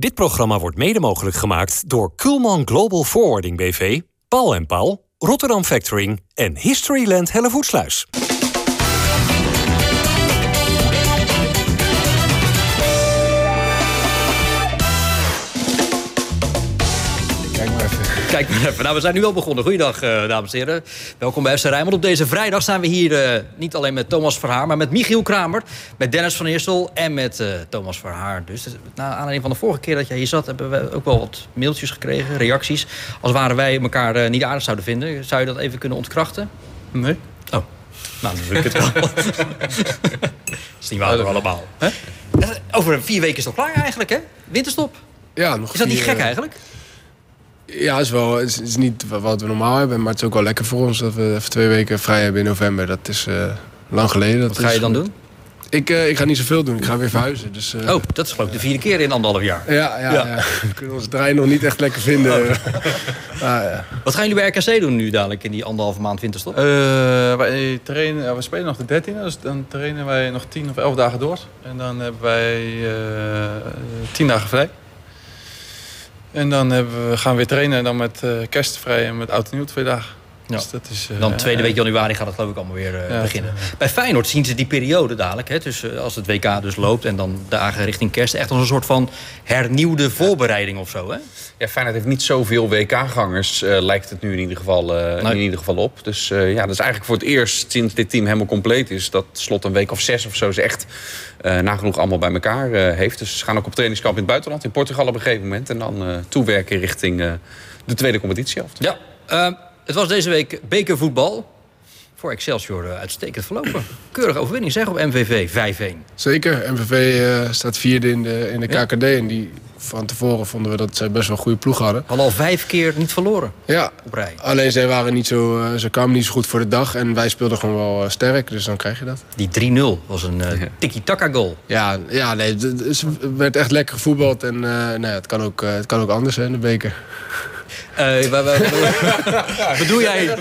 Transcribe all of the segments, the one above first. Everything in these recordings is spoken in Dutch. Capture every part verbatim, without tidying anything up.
Dit programma wordt mede mogelijk gemaakt door Kuhlman Global Forwarding B V, Paul en Paul, Rotterdam Factoring en Historyland Hellevoetsluis. Kijk maar even. Nou, we zijn nu al begonnen. Goeiedag, uh, dames en heren. Welkom bij F C Rijnmond. Op deze vrijdag zijn we hier uh, niet alleen met Thomas Verhaar, maar met Michiel Kramer, met Dennis van Eersel en met uh, Thomas Verhaar. Dus na aanleiding van de vorige keer dat jij hier zat, hebben we ook wel wat mailtjes gekregen, reacties. Als waren wij elkaar uh, niet aardig zouden vinden. Zou je dat even kunnen ontkrachten? Nee. Oh. Nou, dan doe ik het wel. Dat is niet waar, allemaal. Hè? Over vier weken is het al klaar eigenlijk, hè? Winterstop. Ja, nog is dat vier, niet gek eigenlijk? Ja, het is, wel, het is niet wat we normaal hebben, maar het is ook wel lekker voor ons dat we even twee weken vrij hebben in november. Dat is uh, lang geleden. Dat wat ga je is, dan doen? Ik, uh, ik ga niet zoveel doen. Ik ga weer verhuizen. Dus, uh... Oh, dat is geloof ik de vierde keer in anderhalf jaar. Ja, ja, ja. ja. We kunnen onze draai nog niet echt lekker vinden. Oh. ah, ja. Wat gaan jullie bij R K C doen nu dadelijk in die anderhalve maand winterstop? Uh, wij trainen, ja, we spelen nog de dertiende, dus dan trainen wij nog tien of elf dagen door. En dan hebben wij uh, tien dagen vrij. En dan hebben we, gaan we weer trainen en dan met uh, kerst vrij en met oud en nieuw twee dagen. Ja. Dus dat is, uh, dan tweede week januari gaat het geloof ik allemaal weer uh, ja, beginnen. Het, uh, Bij Feyenoord zien ze die periode dadelijk, hè, dus, uh, als het W K dus loopt en dan dagen richting kerst, echt als een soort van hernieuwde voorbereiding of zo, hè? Ja, Feyenoord heeft niet zoveel W K-gangers, uh, lijkt het nu in ieder geval, uh, nee. in ieder geval op. Dus uh, ja, dat is eigenlijk voor het eerst sinds dit team helemaal compleet is, dat Slot een week of zes of zo ze echt uh, nagenoeg allemaal bij elkaar uh, heeft. Dus ze gaan ook op trainingskamp in het buitenland, in Portugal op een gegeven moment, en dan uh, toewerken richting uh, de tweede competitiehelft. Ja. Uh, Het was deze week bekervoetbal. Voor Excelsior uh, uitstekend verlopen. Keurige overwinning zeg op M V V, vijf-een. Zeker, M V V uh, staat vierde in de, in de K K D. Ja. En die, van tevoren vonden we dat zij best wel een goede ploeg hadden. Al al vijf keer niet verloren. Ja, op rij. Alleen zij waren niet zo, uh, ze kwamen niet zo goed voor de dag. En wij speelden gewoon wel uh, sterk, dus dan krijg je dat. Die drie nul was een uh, tiki-taka goal. Ja, ja nee, het werd echt lekker gevoetbald. En uh, nou ja, het, kan ook, uh, het kan ook anders zijn, de beker. Uh, wat, wat, wat doe jij,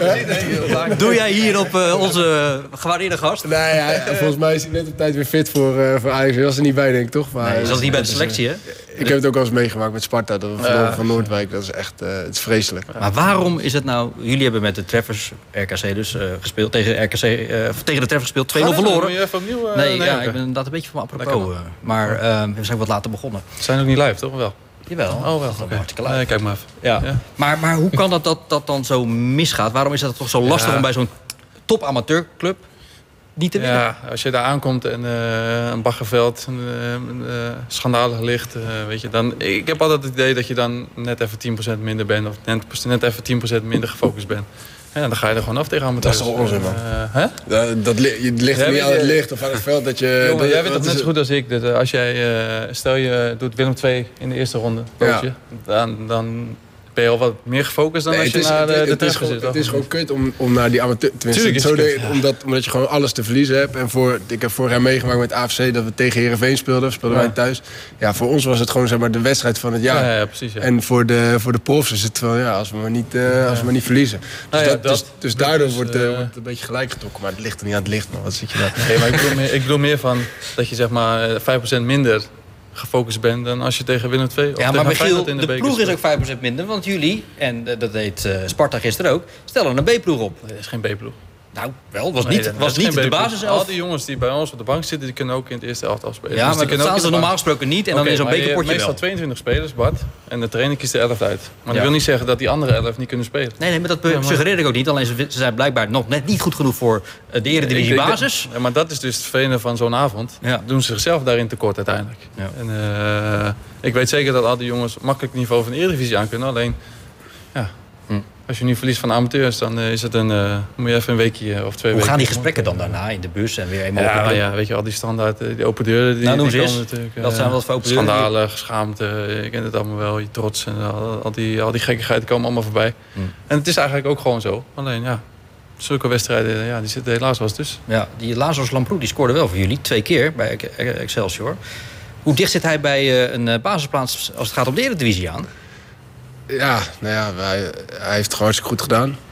doe jij hier op uh, onze gewaardeerde gast? Nee, ja, volgens mij is hij net op tijd weer fit voor, uh, voor Ajax. Hij was er niet bij, denk ik, toch? Maar, nee, hij zat niet bij de selectie, hè? Ik heb het ook wel eens meegemaakt met Sparta. Dat we verloren uh, van Noordwijk. Dat is echt uh, het is vreselijk. Maar waarom is het nou... Jullie hebben met de Treffers, R K C dus, uh, gespeeld. Tegen, R K C, uh, tegen de Treffers gespeeld. twee nul verloren. Moet je even opnieuw, uh, nee, nee, ja, okay. ik ben inderdaad een beetje van me apropos. Uh, maar uh, we zijn wat later begonnen. We zijn ook niet live, toch? Wel? Jawel. Oh, wel. Okay. Hartstikke leuk. Nee, kijk maar even. Ja. Ja. Maar, maar hoe kan dat, dat dat dan zo misgaat? Waarom is dat toch zo lastig ja. om bij zo'n top amateurclub niet te winnen? Ja, als je daar aankomt en uh, een baggerveld, een uh, uh, schandalig licht, uh, weet je, dan... Ik heb altijd het idee dat je dan net even tien procent minder bent of net, net even tien procent minder gefocust bent. Ja, dan ga je er gewoon af tegen amateurs. Dat is toch onzin, man? Uh, hè? Dat, dat li- je ligt er niet aan het licht of aan het veld dat je... Jongen, dat, jij weet dat dat net zo goed als ik. Dat, uh, als jij, uh, stel je doet Willem twee in de eerste ronde, pootje, ja. dan, dan ben je al wat meer gefocust dan nee, als je is, naar de, de Treffers zit. Het is gewoon kut om, om naar die amateur... Tenminste, zo de, ja. omdat, omdat je gewoon alles te verliezen hebt. En voor, ik heb vorig jaar meegemaakt met A F C dat we tegen Heerenveen speelden. Speelden ja. wij thuis. Ja, voor ons was het gewoon zeg maar, de wedstrijd van het jaar. Ja, ja, precies, ja. En voor de, voor de profs is het van, ja, als we maar niet, uh, ja. als we maar niet verliezen. Dus, nou ja, dat, dat, dus, dus dat daardoor is, wordt, uh, wordt het een beetje gelijk getrokken. Maar het ligt er niet aan het licht. Maar wat zit je daar? Nee, maar ik bedoel, meer, ik bedoel meer van dat je zeg maar vijf procent minder gefocust bent dan als je tegen Willem twee of ja, tegen maar Michiel, in de, de ploeg is ook vijf procent minder. Want jullie, en dat deed uh, Sparta gisteren ook, stellen een B-ploeg op. Nee, dat is geen B-ploeg. Nou, wel, was nee, niet, was niet de basis. Al die jongens die bij ons op de bank zitten, die kunnen ook in het eerste elftal spelen. Ja, dus maar die dat staan ze normaal gesproken niet. En okay, dan is zo'n bekerpotje wel. Meestal tweeëntwintig spelers, Bart. En de trainer kiest de elf uit. Maar ja. dat wil niet zeggen dat die andere elf niet kunnen spelen. Nee, nee, maar dat ja, maar... suggereer ik ook niet. Alleen ze, ze zijn blijkbaar nog net niet goed genoeg voor de Eredivisie basis. Ja, maar dat is dus het vervelende van zo'n avond. Ja. Doen ze zichzelf daarin tekort uiteindelijk. Ja. En, uh, ik weet zeker dat al die jongens makkelijk het niveau van de Eredivisie aan kunnen. Alleen, ja... Hm. Als je nu verliest van de amateurs, dan uh, is het een, uh, moet je even een weekje of twee weken... Hoe gaan die gesprekken dan daarna in de bus en weer eenmaal ja, ja, weet je, al die standaard, die open deuren... Die, nou, noem die eens. natuurlijk, uh, dat zijn wat voor open deuren. Schandalen, schaamte, je kent het allemaal wel, je trots en al, al, die, al die gekkigheid komen allemaal voorbij. Hm. En het is eigenlijk ook gewoon zo. Alleen, ja, zulke wedstrijden, ja, die zitten helaas wel eens tussen. Ja, die Lazarus Lamproe, die scoorde wel voor jullie, twee keer bij Excelsior. Hoe dicht zit hij bij uh, een basisplaats als het gaat om de Eredivisie aan? Ja, nou ja, hij, hij heeft het gewoon hartstikke goed gedaan.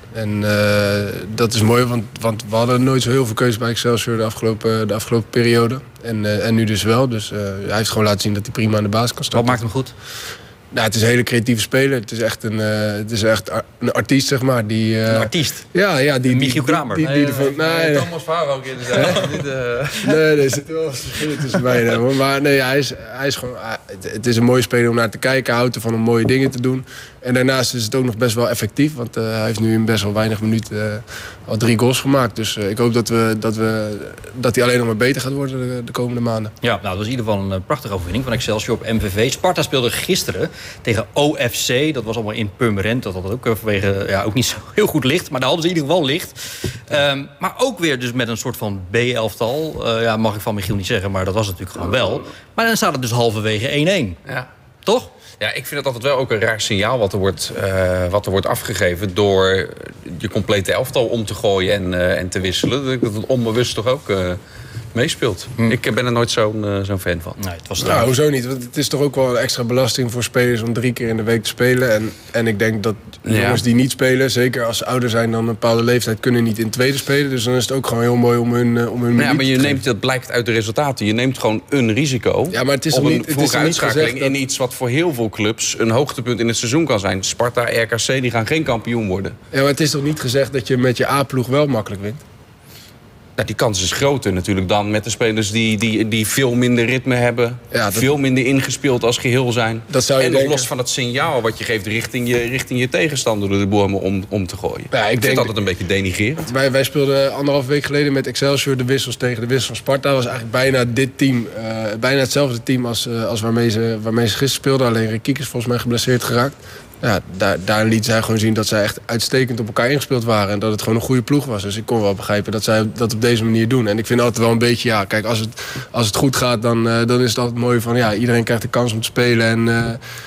En uh, dat is mooi, want, want we hadden nooit zo heel veel keuze bij Excelsior de afgelopen, de afgelopen periode. En, uh, en nu dus wel. Dus uh, hij heeft gewoon laten zien dat hij prima aan de basis kan starten. Wat maakt hem goed? Nou, het is een hele creatieve speler. Het is echt een, uh, het is echt een artiest, zeg maar. Die, uh, een artiest? Ja, ja. Die, Michiel Kramer? Die, die, die, die, nee, nee, nee, Thomas Verhaar ook in de niet, uh... Nee, er zit wel verschillen tussen beiden. Maar nee, hij is, hij is gewoon... Het, het is een mooie speler om naar te kijken. Hij houdt ervan om mooie dingen te doen. En daarnaast is het ook nog best wel effectief. Want uh, hij heeft nu in best wel weinig minuten uh, al drie goals gemaakt. Dus uh, ik hoop dat, we, dat, we, dat hij alleen nog maar beter gaat worden de, de komende maanden. Ja, nou, dat was in ieder geval een uh, prachtige overwinning van Excelsior op M V V. Sparta speelde gisteren tegen O F C. Dat was allemaal in Purmerend. Dat had ook uh, vanwege ja, ook niet zo heel goed licht. Maar daar hadden ze in ieder geval licht. Um, maar ook weer dus met een soort van B-elftal. Uh, ja, mag ik van Michiel niet zeggen, maar dat was natuurlijk gewoon wel. Maar dan staat het dus halverwege één-één. Ja. Toch? Ja, ik vind het altijd wel ook een raar signaal wat er wordt, uh, wat er wordt afgegeven door je complete elftal om te gooien en, uh, en te wisselen. Dat het onbewust toch ook uh, meespeelt. Hm. Ik ben er nooit zo'n uh, zo'n fan van. Nee, het was nou, hoezo niet? Want het is toch ook wel een extra belasting voor spelers om drie keer in de week te spelen. En, en ik denk dat ja. jongens die niet spelen, zeker als ze ouder zijn dan een bepaalde leeftijd, kunnen niet in het tweede spelen. Dus dan is het ook gewoon heel mooi om hun, uh, om hun ja, maar je neemt, dat blijkt uit de resultaten. Je neemt gewoon een risico ja, maar het is op niet, een het vroege is uitschakeling dat... in iets wat voor heel veel clubs een hoogtepunt in het seizoen kan zijn. Sparta, R K C, die gaan geen kampioen worden. Ja, maar het is toch niet gezegd dat je met je A-ploeg wel makkelijk wint? Nou, die kans is groter natuurlijk dan met de spelers die, die, die veel minder ritme hebben. Ja, dat... Veel minder ingespeeld als geheel zijn. Dat zou je en nog denken. Los van het signaal wat je geeft richting je, richting je tegenstander door de boom om, om te gooien. Ja, ik ik denk... vind dat altijd een beetje denigrerend. Wij, wij speelden anderhalf week geleden met Excelsior de wissels tegen de wissels van Sparta. Dat was eigenlijk bijna dit team. Uh, bijna hetzelfde team als, uh, als waarmee, ze, waarmee ze gisteren speelden. Alleen Rekiek is volgens mij geblesseerd geraakt. Ja, daar, daar liet zij gewoon zien dat zij echt uitstekend op elkaar ingespeeld waren. En dat het gewoon een goede ploeg was. Dus ik kon wel begrijpen dat zij dat op deze manier doen. En ik vind altijd wel een beetje, ja, kijk, als het, als het goed gaat, dan, uh, dan is het altijd mooi van, ja, iedereen krijgt de kans om te spelen en, uh,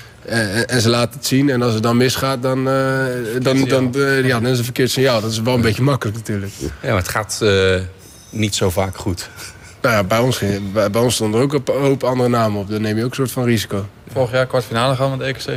en, en ze laten het zien. En als het dan misgaat, dan, uh, dan, dan, uh, ja, dan is het een verkeerd signaal. Dat is wel een beetje makkelijk natuurlijk. Ja, maar het gaat uh, niet zo vaak goed. Nou ja, bij ons, bij, bij ons stonden er ook een hoop andere namen op. Dan neem je ook een soort van risico. Vorig jaar kwartfinale gaan met de E K C.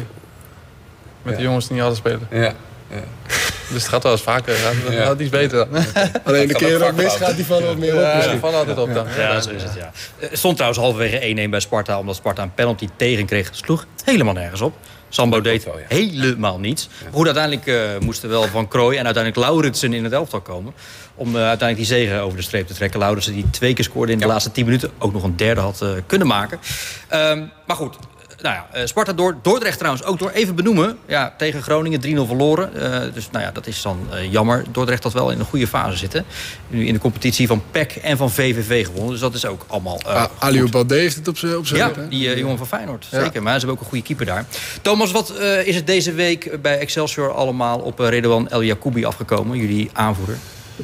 Met ja. de jongens die niet hadden spelen. Ja. Ja. Dus het gaat wel eens vaker. Dat ja. gaat iets beter dan. Alleen de keer dat het misgaat, die vallen wat meer op. Ja, die vallen altijd op dan. Ja, ja, zo is het, ja. Het stond trouwens halverwege één-één bij Sparta, omdat Sparta een penalty tegen kreeg. Sloeg helemaal nergens op. Sambo deed wel, ja. helemaal niets. Ja. Goed, uiteindelijk uh, moesten wel Van Krooij en uiteindelijk Lauritsen in het elftal komen. Om uh, uiteindelijk die zege over de streep te trekken. Lauritsen die twee keer scoorde in de ja. laatste tien minuten. Ook nog een derde had uh, kunnen maken. Um, maar goed. Nou ja, Sparta door, Dordrecht trouwens ook door. Even benoemen, ja, tegen Groningen drie nul verloren. Uh, dus nou ja, dat is dan uh, jammer. Dordrecht had wel in een goede fase zitten. Nu in de competitie van P E C en van V V V gewonnen. Dus dat is ook allemaal uh, ah, Aliou Baldé heeft het op zijn op Ja, rug, die uh, jongen van Feyenoord. Ja. Zeker, maar ze hebben ook een goede keeper daar. Thomas, wat uh, is het deze week bij Excelsior allemaal op uh, Redouan El Yacoubi afgekomen? Jullie aanvoerder.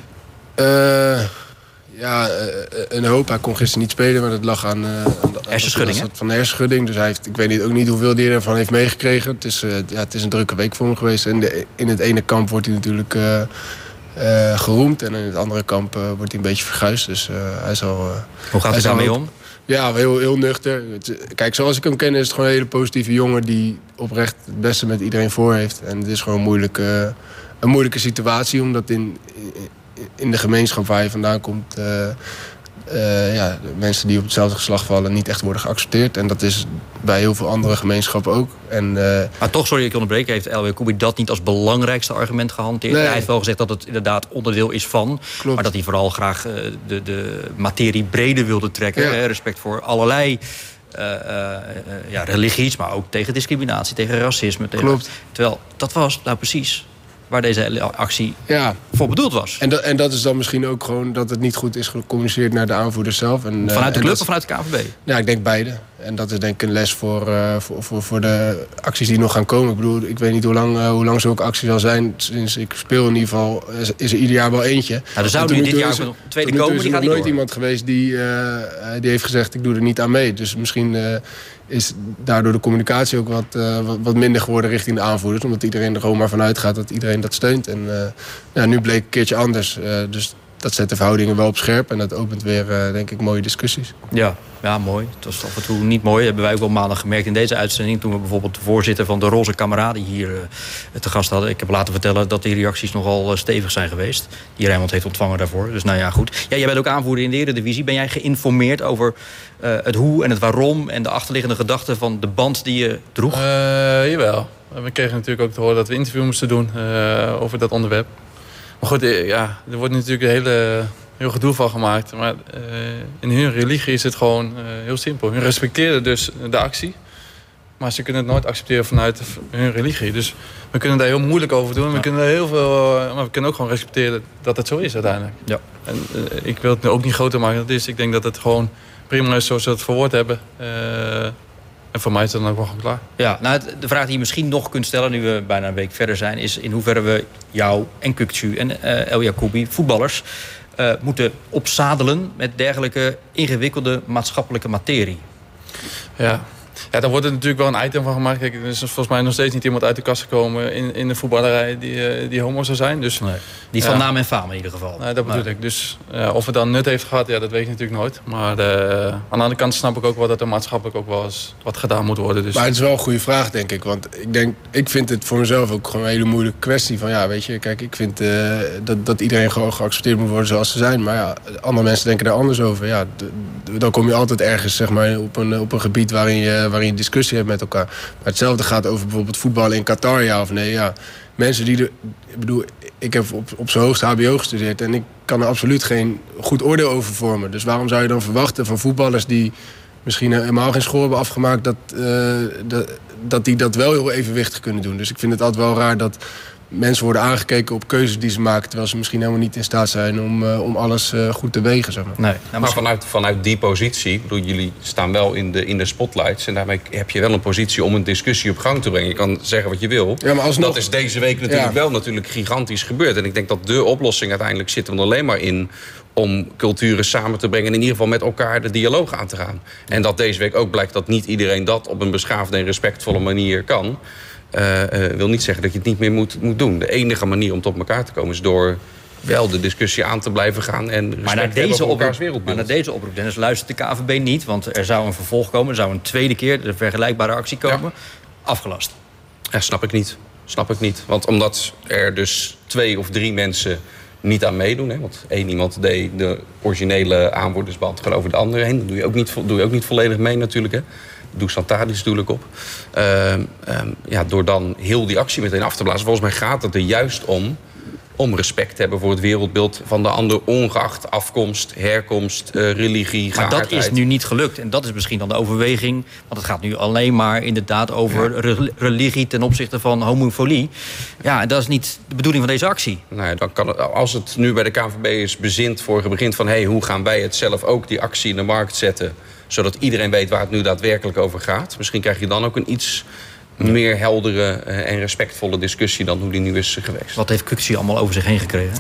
Uh... Ja, een hoop. Hij kon gisteren niet spelen, maar dat lag aan, uh, aan de hersenschudding. Van de hersenschudding. Dus hij heeft, ik weet niet, ook niet hoeveel hij ervan heeft meegekregen. Het is, uh, ja, het is een drukke week voor hem geweest. En de, in het ene kamp wordt hij natuurlijk uh, uh, geroemd. En in het andere kamp uh, wordt hij een beetje verguisd. Dus uh, hij zal... Uh, Hoe gaat hij daarmee om? Ja, heel, heel nuchter. Het, kijk, zoals ik hem ken is het gewoon een hele positieve jongen die oprecht het beste met iedereen voor heeft. En het is gewoon een moeilijke, een moeilijke situatie, omdat in... in in de gemeenschap waar je vandaan komt... Uh, uh, ja, mensen die op hetzelfde geslacht vallen niet echt worden geaccepteerd. En dat is bij heel veel andere gemeenschappen ook. En, uh, maar toch, sorry, ik onderbreek, heeft El Yacoubi dat niet als belangrijkste argument gehanteerd? Nee. Hij heeft wel gezegd dat het inderdaad onderdeel is van. Klopt. Maar dat hij vooral graag uh, de, de materie breder wilde trekken. Ja. Hè, respect voor allerlei... Uh, uh, uh, ja, religies, maar ook tegen discriminatie, tegen racisme. Tegen... Klopt. Terwijl, dat was nou precies... waar deze actie ja. voor bedoeld was. En dat, en dat is dan misschien ook gewoon dat het niet goed is gecommuniceerd naar de aanvoerders zelf. En, vanuit de uh, club dat, of vanuit de K N V B? Ja, ik denk beide. En dat is denk ik een les voor, uh, voor, voor, voor de acties die nog gaan komen. Ik bedoel, ik weet niet hoe lang, uh, hoe lang zulke acties al zijn. Sinds ik speel in ieder geval is, is er ieder jaar wel eentje. Nou, er zou nu dit jaar nog een tweede komen, die gaat niet door. Er is nooit iemand geweest die, uh, die heeft gezegd, ik doe er niet aan mee. Dus misschien... Uh, is daardoor de communicatie ook wat, uh, wat, wat minder geworden richting de aanvoerders. Omdat iedereen er gewoon maar vanuit gaat dat iedereen dat steunt. En uh, ja, nu bleek een keertje anders. Uh, dus dat zet de verhoudingen wel op scherp. En dat opent weer, uh, denk ik, mooie discussies. Ja, ja, mooi. Het was af en toe niet mooi. Dat hebben wij ook wel maandag gemerkt in deze uitzending. Toen we bijvoorbeeld de voorzitter van de Roze Kameraden hier uh, te gast hadden. Ik heb laten vertellen dat die reacties nogal uh, stevig zijn geweest. Die Rijnmond heeft ontvangen daarvoor. Dus nou ja, goed. Ja, jij bent ook aanvoerder in de Eredivisie. Ben jij geïnformeerd over uh, het hoe en het waarom... en de achterliggende gedachten van de band die je droeg? Uh, jawel. We kregen natuurlijk ook te horen dat we een interview moesten doen uh, over dat onderwerp. Maar goed, ja, er wordt natuurlijk een hele, heel gedoe van gemaakt. Maar uh, in hun religie is het gewoon uh, heel simpel. Hun respecteren dus de actie. Maar ze kunnen het nooit accepteren vanuit hun religie. Dus we kunnen daar heel moeilijk over doen. We, ja. kunnen heel veel, uh, maar we kunnen ook gewoon respecteren dat het zo is uiteindelijk. Ja. En, uh, ik wil het ook niet groter maken dan het is. Ik denk dat het gewoon prima is zoals ze het verwoord hebben. Uh, En voor mij is het dan ook wel gewoon klaar. Ja, nou, de vraag die je misschien nog kunt stellen... nu we bijna een week verder zijn... is in hoeverre we jou en Kukçu en uh, El Jacoubi, voetballers... Uh, moeten opzadelen met dergelijke ingewikkelde maatschappelijke materie. Ja. Ja, daar wordt er natuurlijk wel een item van gemaakt. Kijk, er is volgens mij nog steeds niet iemand uit de kast gekomen... in, in de voetballerij die, uh, die homo zou zijn. Dus, nee. Niet van ja. naam en faam in ieder geval. Nee, dat bedoel nee. ik. Dus uh, of het dan nut heeft gehad, ja, dat weet ik natuurlijk nooit. Maar uh, aan de andere kant snap ik ook wel... dat er maatschappelijk ook wel eens wat gedaan moet worden. Dus. Maar het is wel een goede vraag, denk ik. Want ik, denk, ik vind het voor mezelf ook gewoon een hele moeilijke kwestie. Van ja, weet je, kijk, ik vind uh, dat, dat iedereen gewoon geaccepteerd moet worden zoals ze zijn. Maar ja, andere mensen denken daar anders over. Ja, d- d- dan kom je altijd ergens, zeg maar, op een, op een gebied waarin je, waarin je discussie hebt met elkaar. Maar hetzelfde gaat over bijvoorbeeld voetbal in Qatar, ja of nee. Ja, mensen die er, ik bedoel, ik heb op, op zijn hoogst H B O gestudeerd en ik kan er absoluut geen goed oordeel over vormen. Dus waarom zou je dan verwachten van voetballers die misschien helemaal geen school hebben afgemaakt, dat, uh, dat, dat die dat wel heel evenwichtig kunnen doen. Dus ik vind het altijd wel raar dat mensen worden aangekeken op keuzes die ze maken, terwijl ze misschien helemaal niet in staat zijn om, uh, om alles uh, goed te wegen. Zeg maar. Nee, nou, maar vanuit, vanuit die positie, bedoel, jullie staan wel in de, in de spotlights en daarmee heb je wel een positie om een discussie op gang te brengen. Je kan zeggen wat je wil. Ja, maar alsnog, dat is deze week natuurlijk ja. wel natuurlijk gigantisch gebeurd. En ik denk dat de oplossing uiteindelijk zit er alleen maar in om culturen samen te brengen en in ieder geval met elkaar de dialoog aan te gaan. En dat deze week ook blijkt dat niet iedereen dat op een beschaafde en respectvolle manier kan. Uh, uh, wil niet zeggen dat je het niet meer moet, moet doen. De enige manier om tot elkaar te komen is door wel de discussie aan te blijven gaan en respect maar naar te hebben deze voor elkaars oproep, wereldbeeld. Maar naar deze oproep, Dennis, luistert de K N V B niet, want er zou een vervolg komen, er zou een tweede keer de vergelijkbare actie komen. Ja. Afgelast. Ja, snap ik niet. Snap ik niet. Want omdat er dus twee of drie mensen niet aan meedoen, hè, want één iemand deed de originele aanwoordersband gewoon over de andere heen. Dat doe je ook niet, doe je ook niet volledig mee natuurlijk, hè. Dusan Tadic natuurlijk op. Uh, um, ja, door dan heel die actie meteen af te blazen. Volgens mij gaat het er juist om om respect te hebben voor het wereldbeeld van de ander, ongeacht afkomst, herkomst, uh, religie, maar geaardheid. Dat is nu niet gelukt. En dat is misschien dan de overweging. Want het gaat nu alleen maar inderdaad over ja. re- religie ten opzichte van homofilie. Ja, en dat is niet de bedoeling van deze actie. Nou ja, dan kan het, als het nu bij de K N V B is bezint voor het begin van hey, hoe gaan wij het zelf ook die actie in de markt zetten, zodat iedereen weet waar het nu daadwerkelijk over gaat. Misschien krijg je dan ook een iets meer heldere en respectvolle discussie dan hoe die nu is geweest. Wat heeft Kukçu allemaal over zich heen gekregen?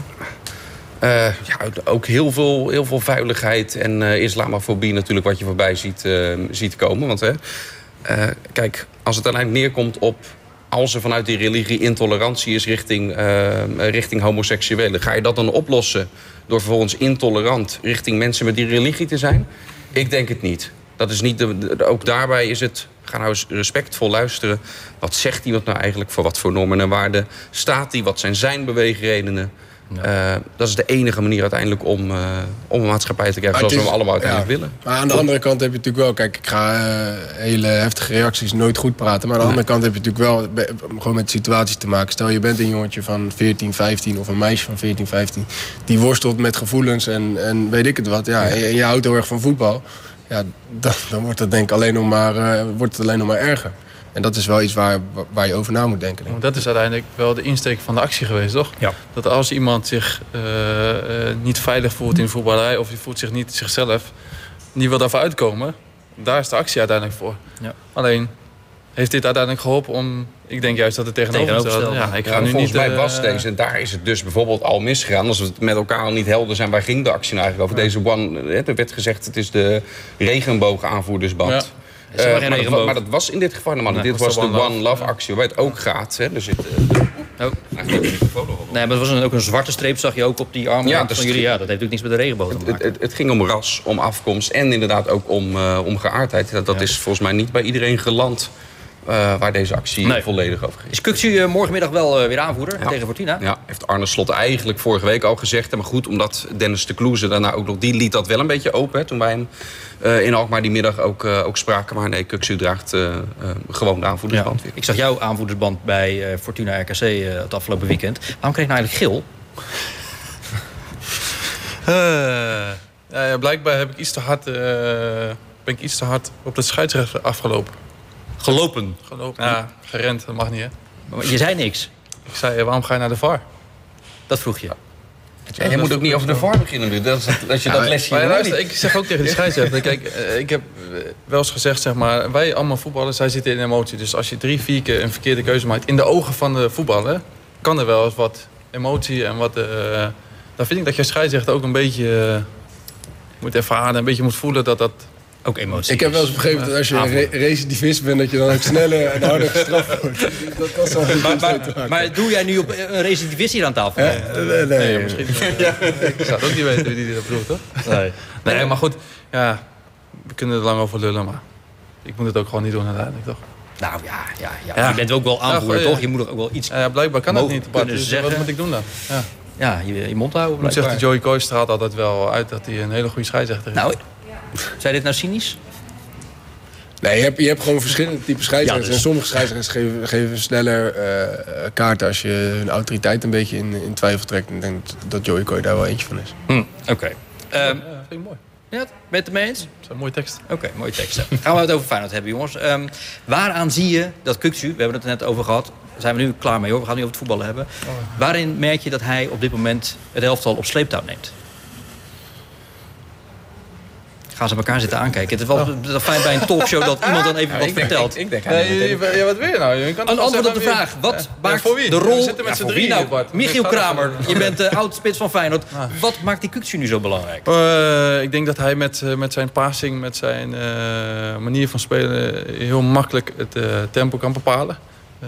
Uh, ja, ook heel veel, heel veel vuiligheid en uh, islamofobie natuurlijk wat je voorbij ziet, uh, ziet komen. Want hè, uh, kijk, als het uiteindelijk neerkomt op als er vanuit die religie intolerantie is richting, uh, richting homoseksuelen, ga je dat dan oplossen door vervolgens intolerant richting mensen met die religie te zijn? Ik denk het niet. Dat is niet de, de, ook daarbij is het, ga nou eens respectvol luisteren. Wat zegt iemand nou eigenlijk, voor wat voor normen en waarden staat hij? Wat zijn zijn beweegredenen? Ja. Uh, dat is de enige manier uiteindelijk om, uh, om een maatschappij te krijgen zoals is, we hem allemaal uiteindelijk ja. willen. Maar aan de andere kant heb je natuurlijk wel, kijk, ik ga uh, hele heftige reacties nooit goed praten. Maar aan de nee. andere kant heb je natuurlijk wel gewoon met situaties te maken. Stel je bent een jongetje van veertien, vijftien of een meisje van veertien, vijftien. Die worstelt met gevoelens en, en weet ik het wat. Ja, ja. En je houdt heel erg van voetbal. Ja, dan, dan wordt het denk ik alleen nog maar, uh, wordt het alleen nog maar erger. En dat is wel iets waar, waar je over na moet denken. Denk ik. Dat is uiteindelijk wel de insteek van de actie geweest, toch? Ja. Dat als iemand zich uh, uh, niet veilig voelt in de voetballerij of die voelt zich niet zichzelf, die wil daarvoor uitkomen, daar is de actie uiteindelijk voor. Ja. Alleen heeft dit uiteindelijk geholpen om, ik denk juist dat het tegenovergestelde. Ja, ik ga ja, nu volgens niet, mij uh, was deze, en daar is het dus bijvoorbeeld al misgegaan. Als we het met elkaar al niet helder zijn, waar ging de actie nou eigenlijk over? Ja. Deze one, er werd gezegd, het is de regenboogaanvoerdersband. Ja. Uh, maar, dat, maar dat was in dit geval helemaal niet. Nee, dit was de One Love, Love actie, waarbij het ook gaat. Hè. Er zit, uh, Oh. Nee, maar het was een, ook een zwarte streep, zag je ook op die armen Ja, van jullie. Ja, dat heeft natuurlijk niks met de regenboog te maken. Het, het, het ging om ras, om afkomst en inderdaad ook om, uh, om geaardheid. Dat, dat ja. is volgens mij niet bij iedereen geland uh, waar deze actie nee. volledig over ging. Is Kukçu uh, morgenmiddag wel uh, weer aanvoerder ja. tegen Fortuna? Ja, heeft Arne Slot eigenlijk vorige week al gezegd. Maar goed, omdat Dennis de Kloeze daarna ook nog... die liet dat wel een beetje open hè, toen wij hem uh, in Alkmaar die middag ook, uh, ook spraken. Maar nee, Kukçu draagt uh, uh, gewoon de aanvoerdersband ja. weer. Ik zag jouw aanvoerdersband bij uh, Fortuna R K C uh, het afgelopen weekend. Waarom kreeg je nou eigenlijk geel? Uh, ja, ja, blijkbaar heb ik iets te hard, uh, ben ik iets te hard op de scheidsrechter afgelopen. Gelopen? Gelopen, ja. Gerend, dat mag niet, hè. Maar je zei niks? Ik zei, waarom ga je naar de V A R? Dat vroeg je? Ja, je moet ook niet over de V A R beginnen. Dat, dat je ja, dat lesje maar, luister, ik zeg ook tegen de scheidsrechter. Kijk, ik heb wel eens gezegd, zeg maar, wij allemaal voetballers, zij zitten in emotie. Dus als je drie, vier keer een verkeerde keuze maakt in de ogen van de voetballer, kan er wel eens wat emotie en wat... Uh, dan vind ik dat je scheidsrechter ook een beetje uh, moet ervaren, een beetje moet voelen dat dat ook emotie Ik heb wel eens begrepen dat als je een re recidivist bent, dat je dan ook sneller en harder gestraft wordt. Dat kan zo maar, maar, maar doe jij nu op een recidivist hier aan tafel? Ja? Nee, nee, nee, nee, misschien niet. Ja. Ik zou het ook niet weten wie die dat bedoelt, toch? Nee. nee, maar goed, ja, we kunnen er lang over lullen, maar ik moet het ook gewoon niet doen uiteindelijk, toch? Nou ja, ja, ja. ja. Je bent ook wel aanvoerder, ja, toch? Je moet ook wel iets ja, blijkbaar kan dat niet, Bart, dus zeggen. Wat moet ik doen dan? Ja. Ja, je, je mond houden. Ik moet zeggen, Joey Coy straalt altijd wel uit dat hij een hele goede scheidsrechter is. Nou, zei dit nou cynisch? Nee, je hebt, je hebt gewoon verschillende typen scheidsrechters. Ja, dus... En sommige scheidsrechters geven, geven sneller uh, kaarten als je hun autoriteit een beetje in, in twijfel trekt. En ik denk dat Joey Coy daar wel eentje van is. Hm, Oké. Okay. Um, ja, vind ik mooi. Ja, ben je het ermee eens? Dat is een mooie tekst. Oké, okay, mooie tekst. Gaan we het over Feyenoord hebben, jongens. Um, waaraan zie je dat Kukçu, we hebben het er net over gehad, daar zijn we nu klaar mee hoor, we gaan nu over het voetballen hebben. Oh. Waarin merk je dat hij op dit moment het elftal op sleeptouw neemt? Gaan ze elkaar zitten aankijken. Het is wel oh. fijn bij een talkshow dat iemand dan even ja, wat ik vertelt. Denk, ik, ik denk nee, je, ja, wat wil je nou? Je kan een antwoord op de vraag. Wat ja. maakt ja, de rol... We met ja, drie nou? Michiel Kramer, je bent de oud-spits van Feyenoord. Ah. Wat maakt die Kukçu nu zo belangrijk? Uh, ik denk dat hij met, uh, met zijn passing, met zijn uh, manier van spelen heel makkelijk het uh, tempo kan bepalen. Uh,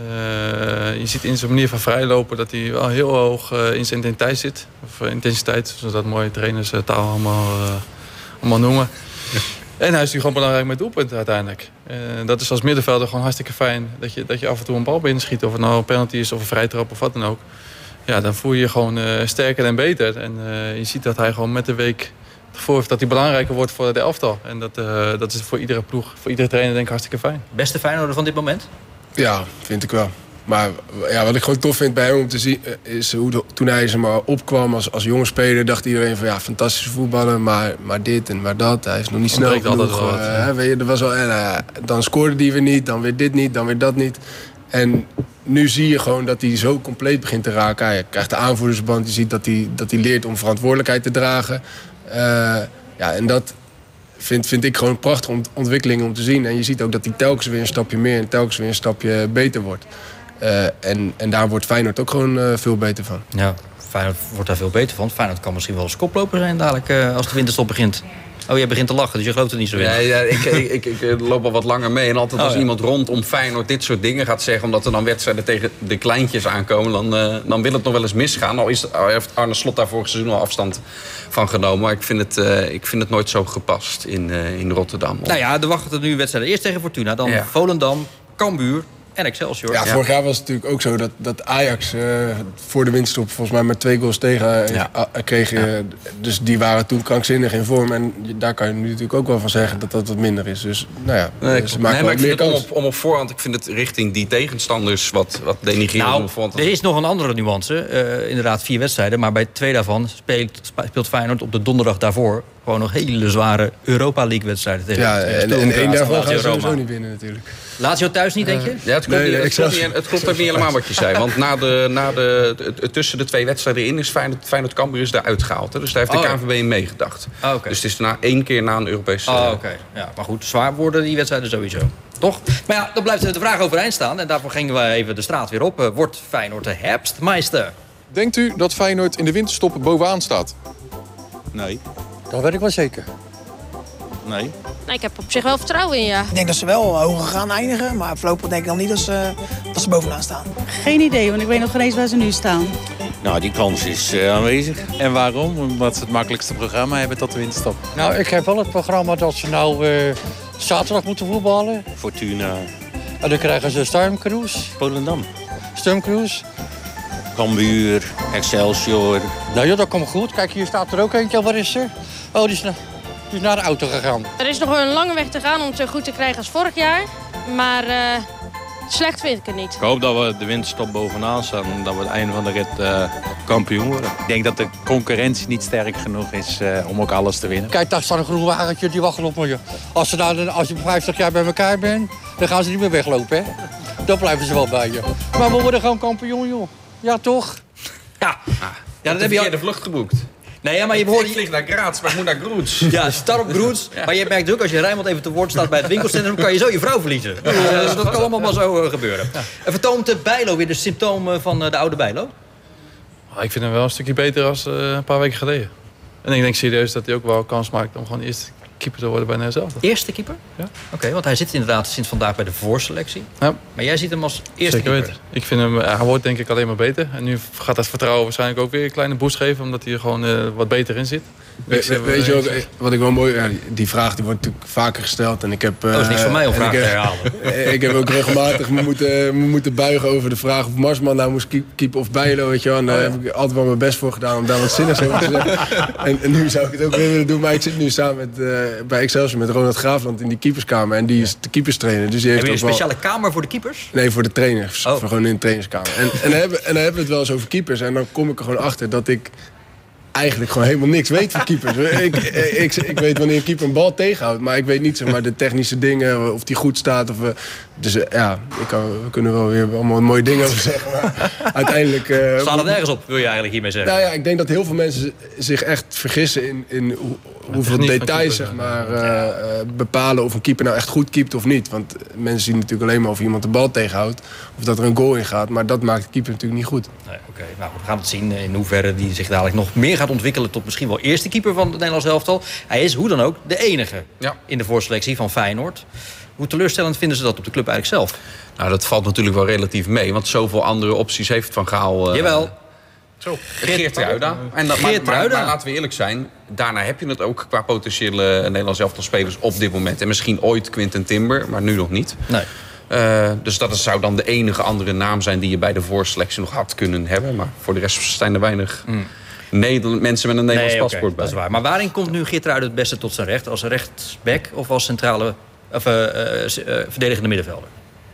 je ziet in zijn manier van vrijlopen dat hij wel heel hoog uh, in zijn intensiteit zit. Of uh, intensiteit, zoals dat mooie trainers uh, taal allemaal, uh, allemaal noemen. Ja. En hij is nu gewoon belangrijk met doelpunten uiteindelijk. Uh, dat is als middenvelder gewoon hartstikke fijn. Dat je, dat je af en toe een bal binnenschiet. Of het nou een penalty is of een vrije trap of wat dan ook. Ja, dan voel je je gewoon uh, sterker en beter. En uh, je ziet dat hij gewoon met de week ervoor heeft dat hij belangrijker wordt voor de elftal. En dat, uh, dat is voor iedere ploeg, voor iedere trainer denk ik hartstikke fijn. Beste Feyenoorder van dit moment? Ja, vind ik wel. Maar ja, wat ik gewoon tof vind bij hem om te zien is hoe de, toen hij zeg maar, opkwam als, als jonge speler, dacht iedereen van ja, fantastische voetballer, maar, maar dit en maar dat. Hij is nog niet snel genoeg. Wel, uh, weet je, er was wel, en, uh, dan scoorde hij weer niet, dan weer dit niet, dan weer dat niet. En nu zie je gewoon dat hij zo compleet begint te raken. Hij krijgt de aanvoerdersband, je ziet dat hij, dat hij leert om verantwoordelijkheid te dragen. Uh, ja, en dat vind, vind ik gewoon een prachtige ontwikkeling om te zien. En je ziet ook dat hij telkens weer een stapje meer en telkens weer een stapje beter wordt. Uh, en, en daar wordt Feyenoord ook gewoon uh, veel beter van. Ja, Feyenoord wordt daar veel beter van. Feyenoord kan misschien wel eens koploper zijn dadelijk uh, als de winterstop begint. Oh, jij begint te lachen, dus je gelooft het niet zo in. Ja, ja, ik, ik, ik, ik loop al wat langer mee. En altijd als oh, ja. iemand rondom Feyenoord dit soort dingen gaat zeggen, omdat er dan wedstrijden tegen de kleintjes aankomen, dan, uh, dan wil het nog wel eens misgaan. Al, is, al heeft Arne Slot daar vorig seizoen al afstand van genomen. Maar ik vind het, uh, ik vind het nooit zo gepast in, uh, in Rotterdam. Nou ja, er wachten nu wedstrijden. Eerst tegen Fortuna, dan ja. Volendam, Cambuur en Excelsior. Ja, vorig ja. jaar was het natuurlijk ook zo dat, dat Ajax uh, voor de winterstop volgens mij maar twee goals tegen ja. uh, kreeg. Ja. Dus die waren toen krankzinnig in vorm. En daar kan je nu natuurlijk ook wel van zeggen dat dat wat minder is. Dus nou ja, nee, dus nee, maar ik vind het om op, om op voorhand, ik vind het richting die tegenstanders wat, wat denigrerend. Nou, om voorhand. Er is nog een andere nuance. Uh, inderdaad, vier wedstrijden. Maar bij twee daarvan speelt, speelt Feyenoord op de donderdag daarvoor gewoon nog hele zware Europa League wedstrijden tegen. Ja, en, en één daarvan gaan ze sowieso niet winnen natuurlijk. Lazio thuis niet, denk je? Ja, het klopt, nee, niet, het klopt, niet, het klopt ook niet helemaal wat je zei. Want na de, na de, tussen de twee wedstrijden in is Feyenoord, Feyenoord Cambuur is daar uitgehaald. Hè? Dus daar heeft de oh, K N V B in meegedacht. Oh, okay. Dus het is na één keer na een Europese... Oh, oké. Okay. Ja, maar goed, zwaar worden die wedstrijden sowieso. Toch? Maar ja, dan blijft de vraag overeind staan. En daarvoor gingen we even de straat weer op. Wordt Feyenoord de herfstmeister? Denkt u dat Feyenoord in de winterstop bovenaan staat? Nee. Dat weet ik wel zeker. Nee. Nee, ik heb op zich wel vertrouwen in, ja. Ik denk dat ze wel hoger gaan eindigen, maar voorlopig denk ik dan niet dat ze, dat ze bovenaan staan. Geen idee, want ik weet nog geen eens waar ze nu staan. Nou, die kans is uh, aanwezig. En waarom? Omdat ze het makkelijkste programma hebben tot de winterstop. Nou, ik heb wel het programma dat ze nou uh, zaterdag moeten voetballen. Fortuna. En dan krijgen ze Stormcruise. Volendam. Stormcruise. Cambuur, Excelsior. Nou ja, dat komt goed. Kijk, hier staat er ook eentje. Waar is er? Oh, die is, na, die is naar de auto gegaan. Er is nog een lange weg te gaan om het zo goed te krijgen als vorig jaar. Maar uh, slecht vind ik het niet. Ik hoop dat we de winterstop bovenaan staan en dat we het einde van de rit uh, kampioen worden. Ik denk dat de concurrentie niet sterk genoeg is uh, om ook alles te winnen. Kijk, daar staat een groen wagentje, die wacht op me. Als, ze nou, als je vijftig jaar bij elkaar bent, dan gaan ze niet meer weglopen, hè? Dan blijven ze wel bij je. Maar we worden gewoon kampioen, joh. Ja, toch? Ja, ja dat heb je al de vlucht geboekt. Nee, ja, maar je behoort... Ik vlieg naar Graz, maar ik moet naar Groets. Ja, start op Groets. Ja. Maar je merkt ook, als je Rijnmond even te woord staat bij het winkelcentrum, kan je zo je vrouw verliezen. Ja, dus dat kan allemaal maar zo uh, gebeuren. Ja. En vertoont de Bijlo weer de symptomen van uh, de oude Bijlo? Ik vind hem wel een stukje beter dan uh, een paar weken geleden. En ik denk serieus dat hij ook wel kans maakt om gewoon eerst keeper te worden bij Nederland zelf. Eerste keeper? Ja. Oké, okay, want hij zit inderdaad sinds vandaag bij de voorselectie. Ja. Maar jij ziet hem als eerste Zeker keeper. Weten. Ik vind hem, hij wordt denk ik alleen maar beter. En nu gaat dat vertrouwen waarschijnlijk ook weer een kleine boost geven, omdat hij er gewoon uh, wat beter in zit. We, we, weet je wat, wat ik wel mooi... Ja, die vraag die wordt natuurlijk vaker gesteld. En ik heb, uh, dat is niks voor mij om vragen te herhalen. Ik heb ook regelmatig me moeten, me moeten buigen over de vraag of Marsman nou moest keepen of Bijlo. Weet je wel. En daar oh, ja. heb ik altijd wel mijn best voor gedaan om daar wat zinnigs over te zeggen. En, en nu zou ik het ook weer willen doen. Maar ik zit nu samen met, uh, bij Excelsior met Ronald Graafland in die keeperskamer. En die is de keeperstrainer. Dus die heeft heb je een ook speciale wel... kamer voor de keepers? Nee, voor de trainers. Oh. Voor gewoon in de trainerskamer. En, en, dan hebben, en dan hebben we het wel eens over keepers. En dan kom ik er gewoon achter dat ik... eigenlijk gewoon helemaal niks weet van keepers. ik, ik, ik weet wanneer een keeper een bal tegenhoudt. Maar ik weet niet zeg maar, de technische dingen, of die goed staat. Of, dus ja, ik kan, we kunnen wel weer allemaal mooie dingen over zeggen. Maar uiteindelijk... Uh, Staat het ergens op, wil je eigenlijk hiermee zeggen? Nou ja, ik denk dat heel veel mensen zich echt vergissen in, in hoe, hoeveel details zeg maar, uh, uh, bepalen of een keeper nou echt goed keept of niet. Want mensen zien natuurlijk alleen maar of iemand de bal tegenhoudt. Of dat er een goal in gaat. Maar dat maakt de keeper natuurlijk niet goed. Nee, Oké, okay. Nou, we gaan het zien in hoeverre die zich dadelijk nog meer gaat ontwikkelen tot misschien wel eerste keeper van het Nederlands elftal. Hij is hoe dan ook de enige ja. in de voorselectie van Feyenoord. Hoe teleurstellend vinden ze dat op de club eigenlijk zelf? Nou, dat valt natuurlijk wel relatief mee. Want zoveel andere opties heeft Van Gaal... Uh, Jawel. Zo. Geertruida. En dat, maar, maar, maar laten we eerlijk zijn. Daarna heb je het ook qua potentiële Nederlands elftal spelers op dit moment. En misschien ooit Quinten Timber, maar nu nog niet. Nee. Uh, dus dat zou dan de enige andere naam zijn die je bij de voorselectie nog had kunnen hebben. Maar voor de rest zijn er weinig... Mm. Nederland, mensen met een Nederlands nee, paspoort okay, bij. Dat is waar. Maar waarin komt nu Geertruida het beste tot zijn recht? Als rechtsback of als centrale of, uh, uh, uh, verdedigende middenvelder?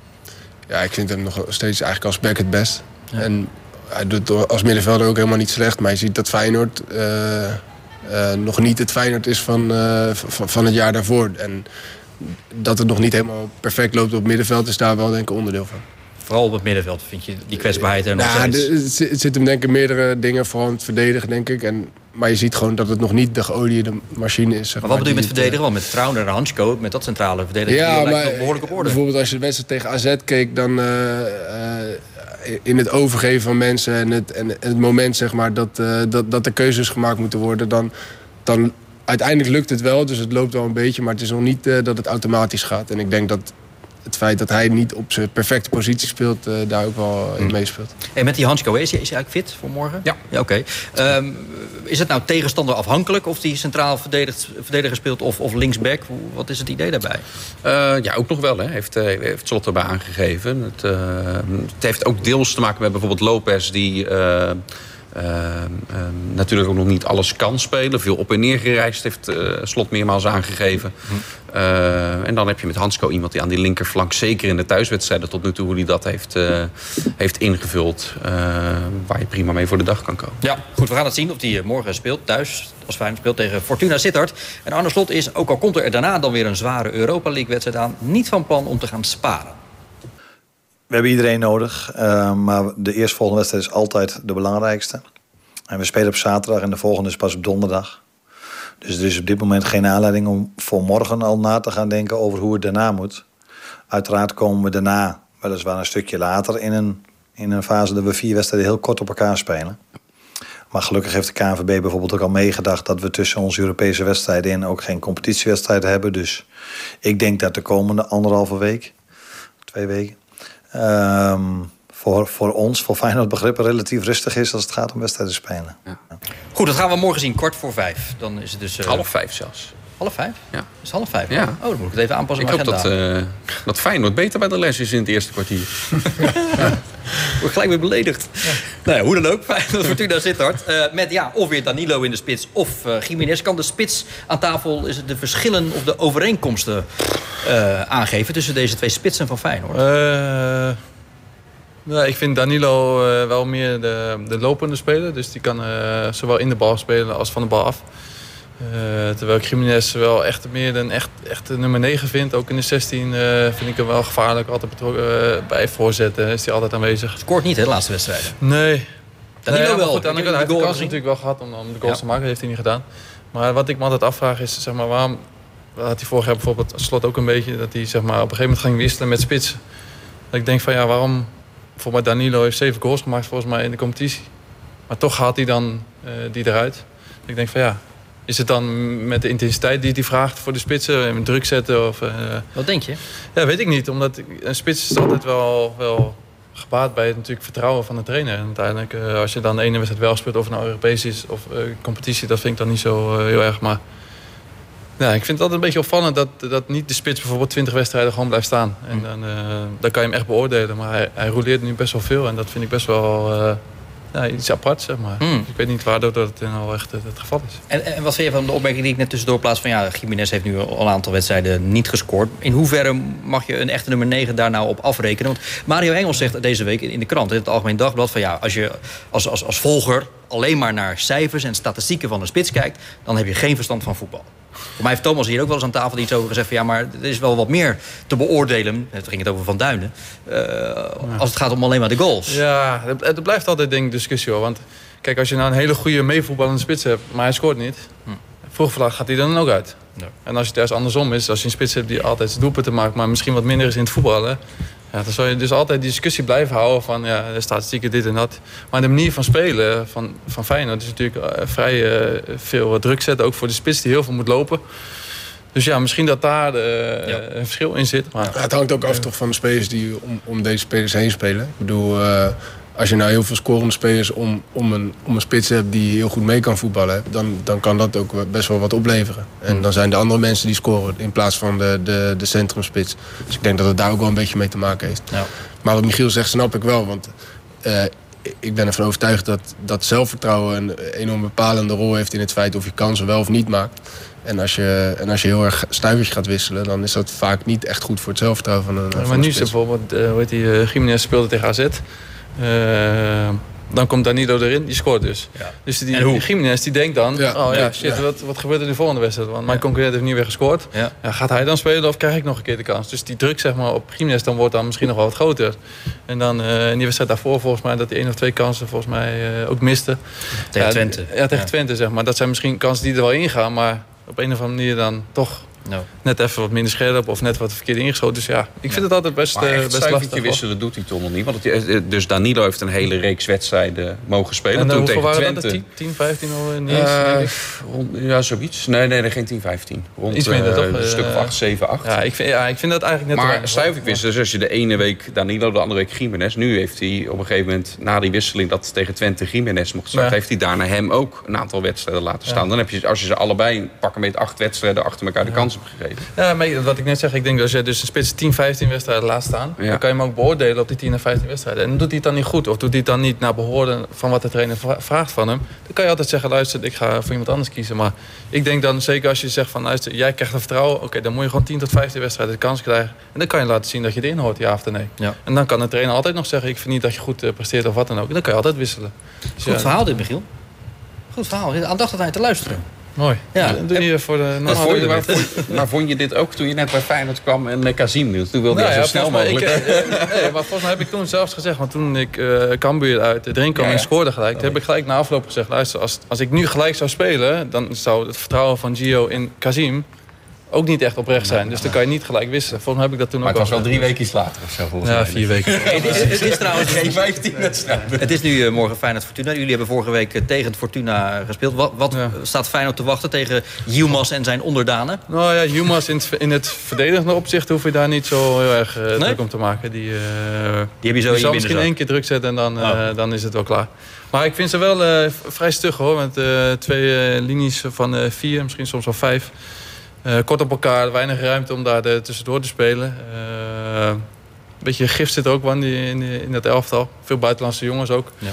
Ja, ik vind hem nog steeds eigenlijk als back het best. Ja. En hij doet als middenvelder ook helemaal niet slecht. Maar je ziet dat Feyenoord uh, uh, nog niet het Feyenoord is van, uh, van, van het jaar daarvoor. En dat het nog niet helemaal perfect loopt op het middenveld is daar wel denk ik onderdeel van. Vooral op het middenveld vind je die kwetsbaarheid er nog nou, steeds? De, het zit hem denk ik meerdere dingen, vooral in het verdedigen denk ik. En, maar je ziet gewoon dat het nog niet de geoliede machine is. Zeg maar wat bedoel je met verdedigen? Want met Trauner en Hansko, met dat centrale verdedigen, ja, lijkt het behoorlijk op orde. Bijvoorbeeld als je de wedstrijd tegen A Z keek, dan uh, uh, in het overgeven van mensen en het, en het moment zeg maar, dat, uh, dat, dat er keuzes gemaakt moeten worden, dan, dan uiteindelijk lukt het wel. Dus het loopt wel een beetje, maar het is nog niet uh, dat het automatisch gaat. En ik denk dat het feit dat hij niet op zijn perfecte positie speelt, uh, daar ook wel in meespeelt. En met die Hansko, is hij, is hij eigenlijk fit voor morgen? Ja. Ja, oké. Okay. Um, is het nou tegenstander afhankelijk of die centraal verdedigd, verdediger speelt of, of linksback? Wat is het idee daarbij? Uh, ja, ook nog wel. Hè. Heeft, uh, heeft Slot erbij aangegeven. Het, uh, het heeft ook deels te maken met bijvoorbeeld Lopez, die... Uh, Uh, uh, natuurlijk ook nog niet alles kan spelen. Veel op en neer gereisd, heeft uh, Slot meermaals aangegeven. Uh, en dan heb je met Hansko iemand die aan die linkerflank, zeker in de thuiswedstrijden tot nu toe, hoe hij dat heeft, uh, heeft ingevuld. Uh, waar je prima mee voor de dag kan komen. Ja, goed, we gaan het zien of hij morgen speelt thuis. Als Feyenoord speelt tegen Fortuna Sittard. En Arne Slot is, ook al komt er daarna dan weer een zware Europa League wedstrijd aan, niet van plan om te gaan sparen. We hebben iedereen nodig, uh, maar de eerstvolgende wedstrijd is altijd de belangrijkste. En we spelen op zaterdag en de volgende is pas op donderdag. Dus er is op dit moment geen aanleiding om voor morgen al na te gaan denken over hoe het daarna moet. Uiteraard komen we daarna, weliswaar een stukje later, in een, in een fase dat we vier wedstrijden heel kort op elkaar spelen. Maar gelukkig heeft de K N V B bijvoorbeeld ook al meegedacht dat we tussen onze Europese wedstrijden in ook geen competitiewedstrijden hebben. Dus ik denk dat de komende anderhalve week, twee weken, um, voor, voor ons, voor Feyenoord begrippen, relatief rustig is als het gaat om wedstrijden spelen. Ja. Goed, dat gaan we morgen zien, kwart voor vijf. Dan is het dus uh... half vijf zelfs. Half vijf? Ja. Dat is half vijf. Ja. Oh, dan moet ik het even aanpassen. Ik hoop dat, uh, dat Feyenoord beter bij de les is in het eerste kwartier. Ja. Word gelijk weer beledigd. Ja. Nou ja, hoe dan ook. Feyenoord Fortuna Sittard. Uh, met ja, of weer Danilo in de spits of uh, Gimenez. Kan de spits aan tafel is het de verschillen of de overeenkomsten uh, aangeven tussen deze twee spitsen van Feyenoord? Uh, nou, ik vind Danilo uh, wel meer de, de lopende speler. Dus die kan uh, zowel in de bal spelen als van de bal af. Uh, terwijl ik Gimenez wel echt meer een echt, echt nummer negen vind. Ook in de zestien uh, vind ik hem wel gevaarlijk. Altijd betrokken uh, bij voorzetten is hij altijd aanwezig. Scoort niet hè, de laatste wedstrijden? Nee. Danilo nee, ja, wel. Goed, hij heeft de kans gezien. natuurlijk wel gehad om, om de goals ja. te maken. Dat heeft hij niet gedaan. Maar wat ik me altijd afvraag is, zeg maar, waarom had hij vorig jaar bijvoorbeeld Slot ook een beetje, dat hij zeg maar, op een gegeven moment ging wisselen met spits. Dat ik denk van ja, waarom, bijvoorbeeld Danilo heeft zeven goals gemaakt volgens mij in de competitie. Maar toch haalt hij dan uh, die eruit. Dat ik denk van ja, is het dan met de intensiteit die hij vraagt voor de spitsen, met druk zetten? Of, uh, wat denk je? Ja, weet ik niet. Omdat een spits is altijd wel, wel gebaat bij het natuurlijk vertrouwen van de trainer. En uiteindelijk, uh, als je dan de ene wedstrijd wel speelt, of het nou Europees is of uh, competitie, dat vind ik dan niet zo uh, heel erg. Maar ja, ik vind het altijd een beetje opvallend dat, dat niet de spits bijvoorbeeld twintig wedstrijden gewoon blijft staan. En dan, uh, dan kan je hem echt beoordelen. Maar hij, hij rouleert nu best wel veel en dat vind ik best wel uh, ja, iets apart, zeg maar. Mm. Ik weet niet waardoor dat het nou echt het, het geval is. En, en wat vind je van de opmerking die ik net tussendoor plaats van ja, Gimenez heeft nu al een aantal wedstrijden niet gescoord. In hoeverre mag je een echte nummer negen daar nou op afrekenen? Want Mario Engels zegt deze week in de krant, in het Algemeen Dagblad, van ja, als je als, als, als volger alleen maar naar cijfers en statistieken van een spits kijkt, dan heb je geen verstand van voetbal. Voor mij heeft Thomas hier ook wel eens aan tafel iets over gezegd van ja, maar er is wel wat meer te beoordelen. Het ging het over Van Duinen. Uh, ja. Als het gaat om alleen maar de goals. Ja, het blijft altijd denk ik discussie hoor. Want kijk, als je nou een hele goede meevoetballende spits hebt, maar hij scoort niet. Hm. Vroeg vandaag gaat hij dan ook uit. Ja. En als je het juist andersom is, als je een spits hebt die altijd zijn doelpunten maakt, maar misschien wat minder is in het voetballen. Ja, dan zal je dus altijd die discussie blijven houden van ja, de statistieken dit en dat. Maar de manier van spelen van, van Feyenoord is natuurlijk uh, vrij uh, veel uh, druk zetten. Ook voor de spits die heel veel moet lopen. Dus ja, misschien dat daar uh, ja. een verschil in zit. Maar, ja, het hangt ook af toch van de spelers die om, om deze spelers heen spelen. Ik bedoel, uh, als je nou heel veel scorende spelers om, om, een, om een spits hebt die heel goed mee kan voetballen, dan, dan kan dat ook best wel wat opleveren. En dan zijn de andere mensen die scoren in plaats van de, de, de centrumspits. Dus ik denk dat het daar ook wel een beetje mee te maken heeft. Ja. Maar wat Michiel zegt, snap ik wel. Want uh, ik ben ervan overtuigd dat, dat zelfvertrouwen een enorm bepalende rol heeft in het feit of je kansen wel of niet maakt. En als je, en als je heel erg stuivertje gaat wisselen, dan is dat vaak niet echt goed voor het zelfvertrouwen van een, ja, van maar een nu is bijvoorbeeld, uh, hoe heet die, uh, Gimenez speelde tegen A Z. Uh, dan komt Danilo erin, die scoort dus. Ja. Dus die Gimenez die denkt dan, ja, oh ja, shit, ja. Wat, wat gebeurt er in de volgende wedstrijd? Want mijn ja. concurrent heeft nu weer gescoord. Ja. Ja, gaat hij dan spelen of krijg ik nog een keer de kans? Dus die druk zeg maar, op Gimenez dan wordt dan misschien nog wel wat groter. En dan uh, in die wedstrijd daarvoor volgens mij dat hij één of twee kansen volgens mij uh, ook miste. Tegen ja, Twente. Ja, tegen ja. Twente zeg maar. Dat zijn misschien kansen die er wel ingaan, maar op een of andere manier dan toch no. net even wat minder scherp of net wat verkeerd ingeschoten. Dus ja, ik vind ja. het altijd best, maar echt best lastig. wisselen doet hij toch nog niet. Want het, dus Danilo heeft een hele reeks wedstrijden mogen spelen. En toen hoeveel tegen waren Twente. dat? tien, vijftien al niet uh, eens? Rond, ja, zoiets. Nee, nee, nee geen tien, vijftien. Rond iets minder, uh, toch? Een stuk of acht, zeven, acht. Ja, ik vind, ja, ik vind dat eigenlijk net maar stuif wisselen. Dus als je de ene week Danilo, de andere week Gimenez. Nu heeft hij op een gegeven moment, na die wisseling dat tegen Twente Gimenez mocht starten, ja. heeft hij daarna hem ook een aantal wedstrijden laten staan. Ja. Dan heb je, als je ze allebei pakken met acht wedstrijden achter elkaar de ja. kans hebt gegeven. Ja, maar wat ik net zeg, ik denk dat als je dus een spits tien, vijftien wedstrijden laat staan, ja. dan kan je hem ook beoordelen op die tien en vijftien wedstrijden. En doet hij het dan niet goed, of doet hij het dan niet naar behoren van wat de trainer vraagt van hem, dan kan je altijd zeggen, luister, ik ga voor iemand anders kiezen. Maar ik denk dan, zeker als je zegt van, luister, jij krijgt een vertrouwen, oké, okay, dan moet je gewoon tien tot vijftien wedstrijden de kans krijgen. En dan kan je laten zien dat je erin hoort, ja of nee. Ja. En dan kan de trainer altijd nog zeggen, ik vind niet dat je goed presteert of wat dan ook. En dan kan je altijd wisselen. Dus goed ja, verhaal dit, Michiel. Goed verhaal. Aandachtig naar te luisteren. Mooi. Ja, dat doe je voor de normale. Maar, maar vond je dit ook toen je net bij Feyenoord kwam en uh, Kazim hield? Toen wilde nou, je ja, zo snel mogelijk. Ik, uh, nee, maar volgens mij heb ik toen zelfs gezegd, want toen ik uh, Cambuur uit de drink kwam ja, ja. en scoorde gelijk, oh, heb ik gelijk na afloop gezegd, luister, als, als ik nu gelijk zou spelen, dan zou het vertrouwen van Gio in Kazim ook niet echt oprecht zijn. Dus dan kan je niet gelijk wisselen. Volgens mij heb ik dat toen maar ook al Maar het was al wel drie weken later of zo, volgens ja, mij. Ja, vier weken. het, is, het is trouwens geen vijftien wedstrijden. Het is nu uh, morgen Feyenoord Fortuna. Jullie hebben vorige week uh, tegen het Fortuna gespeeld. Wat, wat ja. staat Feyenoord te wachten tegen Yilmaz en zijn onderdanen? Nou ja, Yilmaz in, in het verdedigende opzicht hoef je daar niet zo heel erg uh, nee? druk om te maken. Die, uh, die heb je zo die zal misschien één keer druk zetten en dan, uh, oh. dan is het wel klaar. Maar ik vind ze wel uh, vrij stug hoor. Met uh, twee uh, linies van uh, vier, misschien soms wel vijf. Uh, kort op elkaar, weinig ruimte om daar de, tussendoor te spelen. Uh, een beetje gift zit er ook wel in, in, in dat elftal. Veel buitenlandse jongens ook. Ja.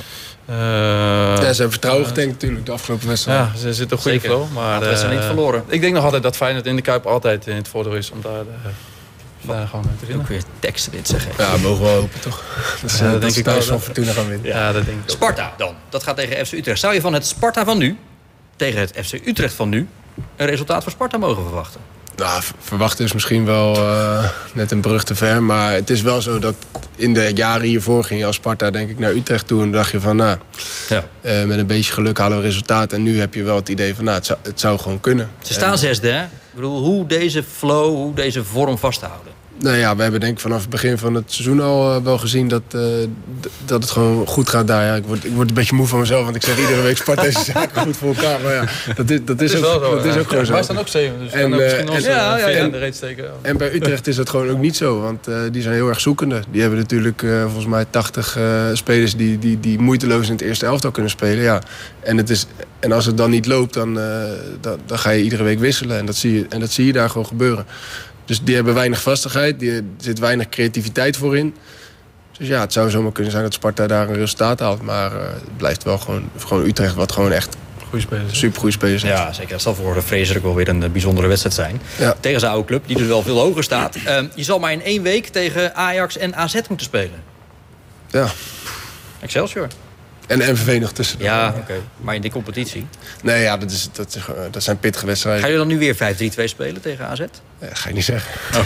Uh, ja, ze hebben vertrouwen uh, getankt natuurlijk de afgelopen wedstrijd. Ja, ze zitten een goede flow. Maar uh, ze niet verloren. Ik denk nog altijd dat Feyenoord in de Kuip altijd in het voordeel is om daar... Uh, daar gewoon te winnen. Ook weer teksten dit zeggen. Ja, mogen we wel hopen toch. Dat is, ja, uh, dat denk ik thuis van Fortuna gaan winnen. Ja, dat denk ik. Sparta dan. Dat gaat tegen F C Utrecht. Zou je van het Sparta van nu tegen het F C Utrecht van nu een resultaat voor Sparta mogen verwachten? Nou, verwachten is misschien wel uh, net een brug te ver. Maar het is wel zo dat in de jaren hiervoor ging je als Sparta denk ik naar Utrecht toe. En dacht je van nou, ja. uh, met een beetje geluk halen we resultaat. En nu heb je wel het idee van nou, het zou, het zou gewoon kunnen. Ze staan en, zesde hè? Ik bedoel, hoe deze flow, hoe deze vorm vast te houden? Nou ja, we hebben denk ik vanaf het begin van het seizoen al uh, wel gezien dat, uh, d- dat het gewoon goed gaat daar. Ja, ik, word, ik word een beetje moe van mezelf, want ik zeg iedere week Sparta deze zaken goed voor elkaar. Maar ja, dat is, dat is, is ook, zo, dat is ja. ook gewoon ja, zo. Wij staan ook zeven, dus en, we misschien uh, ons en, ja, ja, ja, en, de reet steken. Ja. En bij Utrecht is dat gewoon ook niet zo, want uh, die zijn heel erg zoekende. Die hebben natuurlijk uh, volgens mij tachtig uh, spelers die, die, die moeiteloos in het eerste elftal kunnen spelen. Ja. En, het is, en als het dan niet loopt, dan, uh, dan, dan ga je iedere week wisselen. En dat zie je, en dat zie je daar gewoon gebeuren. Dus die hebben weinig vastigheid, er zit weinig creativiteit voor in. Dus ja, het zou zomaar kunnen zijn dat Sparta daar een resultaat haalt. Maar uh, het blijft wel gewoon, gewoon Utrecht wat gewoon echt super goede spelers heeft. Ja, zeker. Dat zal voor de Fraser ook wel weer een bijzondere wedstrijd zijn. Ja. Tegen zijn oude club, die dus wel veel hoger staat. Uh, je zal maar in één week tegen Ajax en A Z moeten spelen. Ja. Excelsior. En M V V nog tussen. Ja, oké. Okay. Maar in die competitie? Nee, ja, dat, is, dat, is, dat zijn pittige wedstrijden. Ga je dan nu weer vijf drie twee spelen tegen A Z? Ja, ga je niet zeggen. Oh.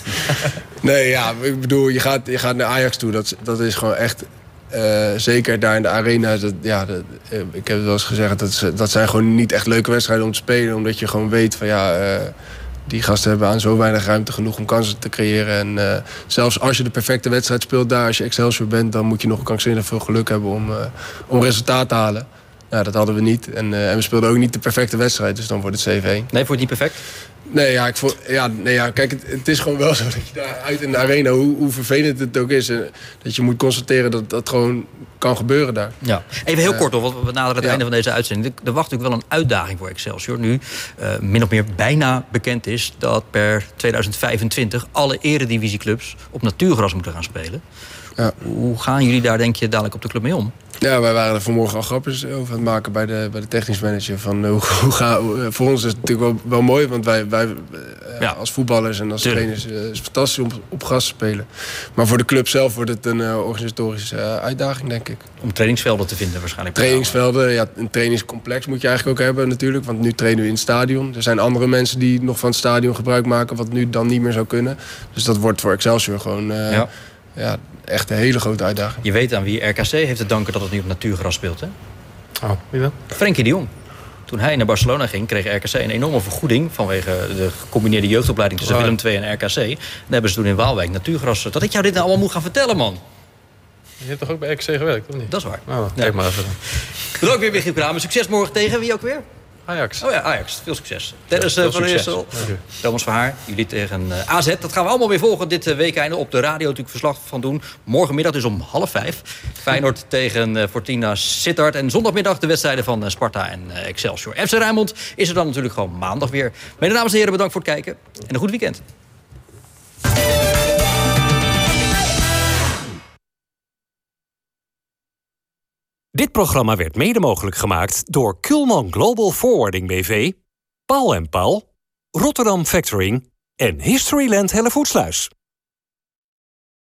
Nee, ja, ik bedoel, je gaat, je gaat naar Ajax toe. Dat, dat is gewoon echt... Uh, zeker daar in de arena. Dat, ja, dat, uh, ik heb het wel eens gezegd. Dat, dat zijn gewoon niet echt leuke wedstrijden om te spelen. Omdat je gewoon weet van ja... Uh, die gasten hebben aan zo weinig ruimte genoeg om kansen te creëren. En uh, zelfs als je de perfecte wedstrijd speelt daar, als je Excelsior bent, dan moet je nog krankzinnig veel geluk hebben om, uh, om resultaat te halen. Nou, dat hadden we niet. En, uh, en we speelden ook niet de perfecte wedstrijd, dus dan wordt het zeven één. Nee, wordt het niet perfect? Nee, ja, ik vond, ja, nee, ja kijk, het, het is gewoon wel zo dat je daar uit in de arena, hoe, hoe vervelend het ook is, uh, dat je moet constateren dat dat gewoon kan gebeuren daar. Ja. Even heel kort, uh, want we naderen het ja. einde van deze uitzending. Er wacht natuurlijk wel een uitdaging voor Excelsior. Nu uh, min of meer bijna bekend is dat per tweeduizend vijfentwintig alle eredivisieclubs op natuurgras moeten gaan spelen. Ja. Hoe gaan jullie daar, denk je, dadelijk op de club mee om? Ja, wij waren er vanmorgen al grapjes over aan het maken bij de, bij de technisch manager. Van, uh, hoe, hoe gaan, uh, voor ons is het natuurlijk wel, wel mooi, want wij, wij uh, ja. als voetballers en als Tuurlijk. trainers uh, is het fantastisch om op gras te spelen. Maar voor de club zelf wordt het een uh, organisatorische uh, uitdaging, denk ik. Om trainingsvelden te vinden waarschijnlijk. Trainingsvelden, ja, een trainingscomplex moet je eigenlijk ook hebben natuurlijk. Want nu trainen we in het stadion. Er zijn andere mensen die nog van het stadion gebruik maken, wat nu dan niet meer zou kunnen. Dus dat wordt voor Excelsior gewoon... Uh, ja. Ja, echt een hele grote uitdaging. Je weet aan wie R K C heeft te danken dat het nu op natuurgras speelt, hè? Oh, wie dan? Frenkie de Jong. Toen hij naar Barcelona ging, kreeg R K C een enorme vergoeding vanwege de gecombineerde jeugdopleiding tussen oh. Willem twee en R K C. En hebben ze toen in Waalwijk natuurgras... Dat ik jou dit nou allemaal moet gaan vertellen, man. Je hebt toch ook bij R K C gewerkt, of niet? Dat is waar. Oh, kijk ja. maar even. Bedankt weer, Michiel Kramer. Succes morgen tegen wie ook weer? Ajax. Oh ja, Ajax. Veel succes. Dennis uh, van Eersel, Thomas Verhaar, jullie tegen uh, A Z. Dat gaan we allemaal weer volgen dit uh, weekende. Op de radio natuurlijk verslag van doen. Morgenmiddag dus om half vijf. Feyenoord tegen uh, Fortuna Sittard. En zondagmiddag de wedstrijden van uh, Sparta en uh, Excelsior. F C Rijnmond is er dan natuurlijk gewoon maandag weer. Mede dames en heren, bedankt voor het kijken. En een goed weekend. Dit programma werd mede mogelijk gemaakt door Kuhlman Global Forwarding B V, Paul en Paul, Rotterdam Factoring en Historyland Hellevoetsluis.